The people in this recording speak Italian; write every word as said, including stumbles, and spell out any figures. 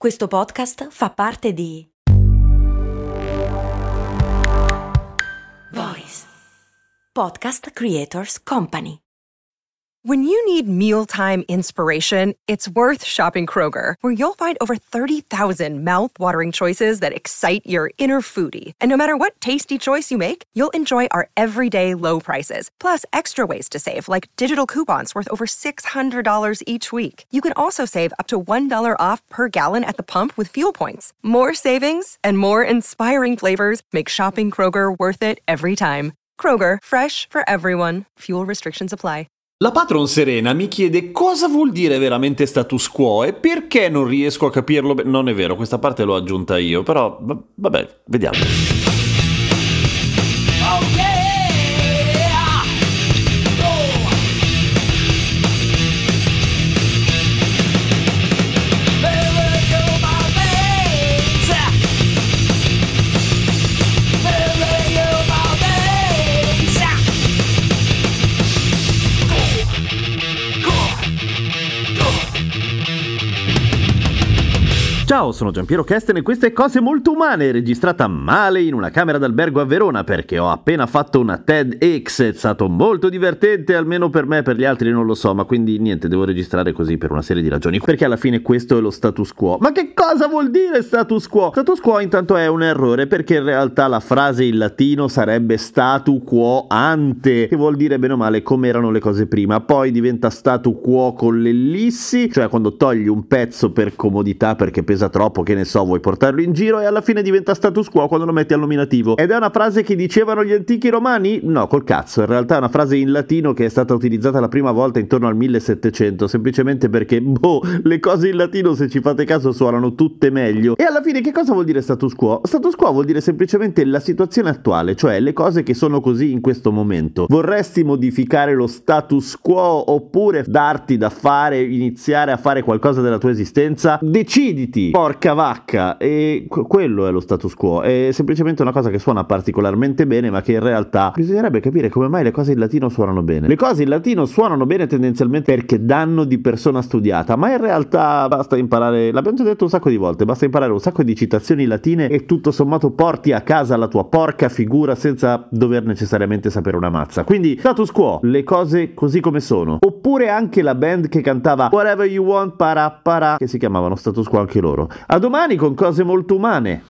Questo podcast fa parte di Voice Podcast Creators Company. When you need mealtime inspiration, it's worth shopping Kroger, where you'll find over thirty thousand mouth-watering choices that excite your inner foodie. And no matter what tasty choice you make, you'll enjoy our everyday low prices, plus extra ways to save, like digital coupons worth over six hundred dollars each week. You can also save up to one dollar off per gallon at the pump with fuel points. More savings and more inspiring flavors make shopping Kroger worth it every time. Kroger, fresh for everyone. Fuel restrictions apply. La patron Serena mi chiede cosa vuol dire veramente status quo e perché non riesco a capirlo. Be- non è vero, questa parte l'ho aggiunta io, però v- vabbè, vediamo. Oh yeah! Oh! There go my veins. There go my veins. Ciao, sono Giampiero Kesten e queste Cose Molto Umane, registrata male in una camera d'albergo a Verona perché ho appena fatto una TEDx. È stato molto divertente, almeno per me, per gli altri non lo so, ma quindi niente, devo registrare così per una serie di ragioni, perché alla fine questo è lo status quo. Ma che cosa vuol dire status quo? Status quo intanto è un errore, perché in realtà la frase in latino sarebbe statu quo ante, che vuol dire bene o male come erano le cose prima. Poi diventa statu quo con l'ellissi, cioè quando togli un pezzo per comodità perché pesa troppo, che ne so, vuoi portarlo in giro, e alla fine diventa status quo quando lo metti al nominativo. Ed è una frase che dicevano gli antichi romani? No, col cazzo, in realtà è una frase in latino che è stata utilizzata la prima volta intorno al millesettecento, semplicemente perché, boh, le cose in latino, se ci fate caso, suonano tutte meglio. E alla fine che cosa vuol dire status quo? Status quo vuol dire semplicemente la situazione attuale, cioè le cose che sono così in questo momento. Vorresti modificare lo status quo oppure darti da fare, iniziare a fare qualcosa della tua esistenza? Deciditi! Porca vacca, e que- quello è lo status quo. È semplicemente una cosa che suona particolarmente bene, ma che in realtà bisognerebbe capire come mai le cose in latino suonano bene. Le cose in latino suonano bene tendenzialmente perché danno di persona studiata, ma in realtà basta imparare, l'abbiamo già detto un sacco di volte, basta imparare un sacco di citazioni latine e tutto sommato porti a casa la tua porca figura senza dover necessariamente sapere una mazza. Quindi status quo, le cose così come sono. Oppure anche la band che cantava Whatever You Want para para, che si chiamavano status quo anche loro. A domani con Cose Molto Umane.